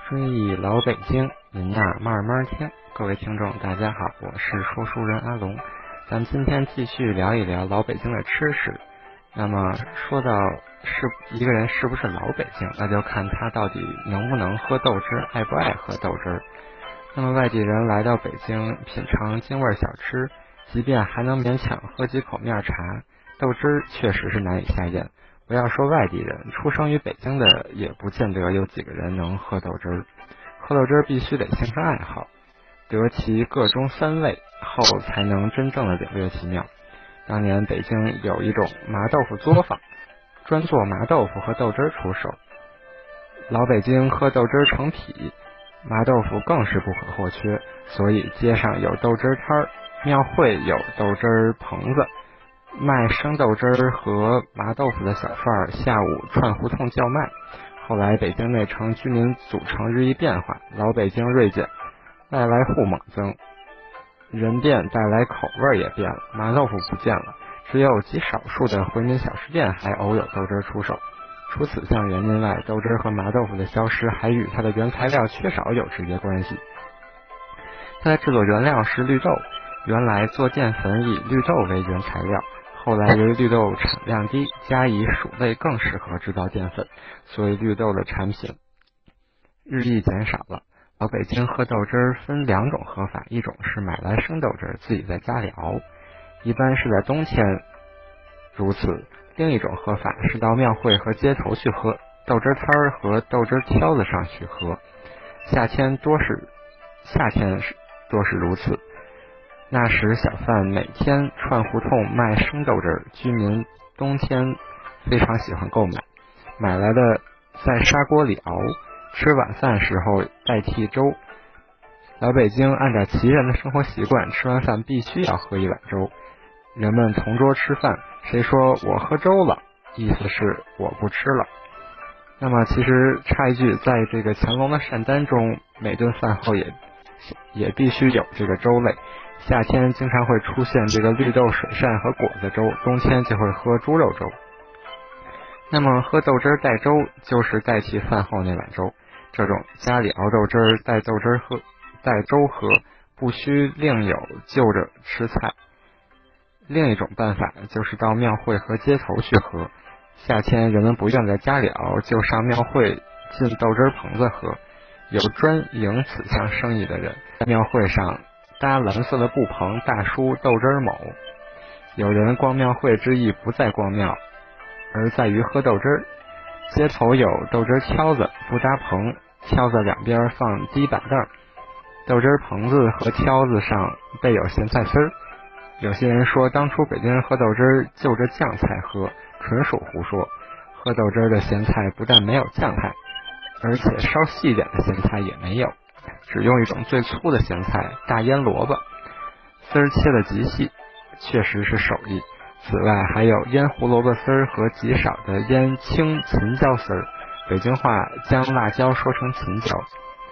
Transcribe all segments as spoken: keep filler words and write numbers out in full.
追忆老北京，您呐慢慢听。各位听众大家好，我是说书人阿龙。咱们今天继续聊一聊老北京的吃食。那么说到是一个人是不是老北京，那就看他到底能不能喝豆汁，爱不爱喝豆汁。那么外地人来到北京品尝京味小吃，即便还能勉强喝几口面茶，豆汁确实是难以下咽。不要说外地人，出生于北京的也不见得有几个人能喝豆汁儿。喝豆汁儿必须得形成爱好，得其各中三味后，才能真正的领略其妙。当年北京有一种麻豆腐作坊，专做麻豆腐和豆汁儿出售。老北京喝豆汁儿成癖，麻豆腐更是不可或缺，所以街上有豆汁儿摊儿，庙会有豆汁儿棚子。卖生豆汁儿和麻豆腐的小贩儿下午串胡同叫卖。后来北京内城居民组成日益变化，老北京锐减，外来户猛增，人变带来口味也变了，麻豆腐不见了，只有极少数的回民小吃店还偶有豆汁儿出售。除此项原因外，豆汁儿和麻豆腐的消失还与它的原材料缺少有直接关系。它的制作原料是绿豆，原来做淀粉以绿豆为原材料，后来由于绿豆产量低，加以薯类更适合制造淀粉，所以绿豆的产品日益减少了。老北京喝豆汁儿分两种喝法，一种是买来生豆汁儿自己在家里熬，一般是在冬天如此；另一种喝法是到庙会和街头去喝，豆汁摊儿和豆汁挑子上去喝。夏天多是夏天多是如此。那时小贩每天串胡同卖生豆汁儿，居民冬天非常喜欢购买，买来的在砂锅里熬，吃晚饭时候代替粥。老北京按照旗人的生活习惯，吃完饭必须要喝一碗粥。人们同桌吃饭，谁说我喝粥了，意思是我不吃了。那么其实插一句，在这个乾隆的膳单中，每顿饭后也也必须有这个粥类。夏天经常会出现这个绿豆水膳和果子粥，冬天就会喝猪肉粥。那么喝豆汁带粥就是代替饭后那碗粥，这种家里熬豆汁儿带豆汁喝带粥喝，不需另有就着吃菜。另一种办法就是到庙会和街头去喝，夏天人们不愿在家里熬，就上庙会进豆汁棚子喝。有专营此项生意的人在庙会上搭蓝色的布棚，大书豆汁某。有人逛庙会之意不在逛庙，而在于喝豆汁儿。街头有豆汁挑子，不搭棚，挑子两边放低板凳，豆汁棚子和挑子上备有咸菜丝儿。有些人说当初北京人喝豆汁就着酱菜喝，纯属胡说。喝豆汁的咸菜不但没有酱菜，而且稍细一点的咸菜也没有，只用一种最粗的咸菜大腌萝卜，丝儿切得极细，确实是手艺。此外还有腌胡萝卜丝儿和极少的腌青芹椒丝儿，北京话将辣椒说成芹椒。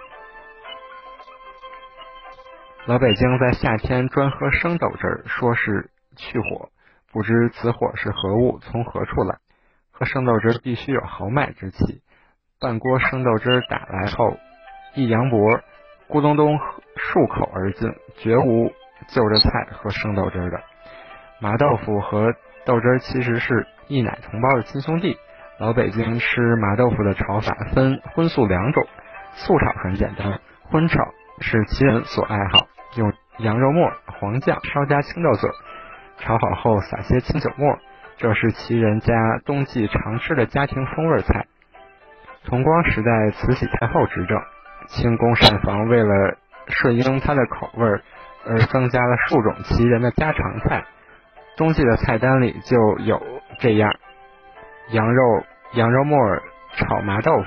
老北京在夏天专喝生豆汁儿，说是去火，不知此火是何物，从何处来。喝生豆汁必须有豪迈之气，半锅生豆汁打来后，一扬脖，咕咚咚数口而进，绝无就着菜喝生豆汁的。麻豆腐和豆汁其实是一奶同胞的亲兄弟。老北京吃麻豆腐的炒法分荤素两种，素炒很简单，荤炒是其人所爱好，用羊肉末、黄酱稍加青豆籽，炒好后撒些清酒末，这是其人家冬季常吃的家庭风味菜。同光时代慈禧太后执政，清宫膳房为了顺应她的口味而增加了数种其人的家常菜，冬季的菜单里就有这样：羊肉羊肉末炒麻豆腐，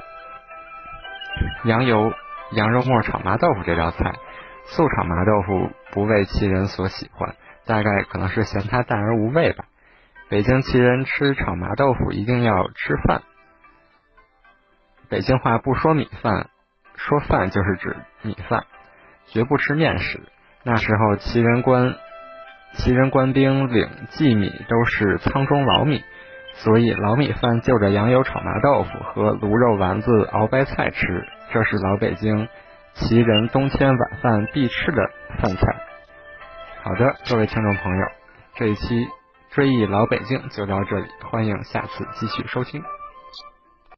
羊油羊肉末炒麻豆腐这道菜，素炒麻豆腐不为其人所喜欢，大概可能是嫌它淡而无味吧。北京其人吃炒麻豆腐一定要吃饭，北京话不说米饭，说饭就是指米饭，绝不吃面食。那时候其人官其人官兵领祭米都是仓中老米，所以老米饭就着羊油炒麻豆腐和卤肉丸子熬白菜吃， 这是老北京旗人冬天晚饭必吃的饭菜。好的，各位听众朋友，这一期追忆老北京就到这里，欢迎下次继续收听。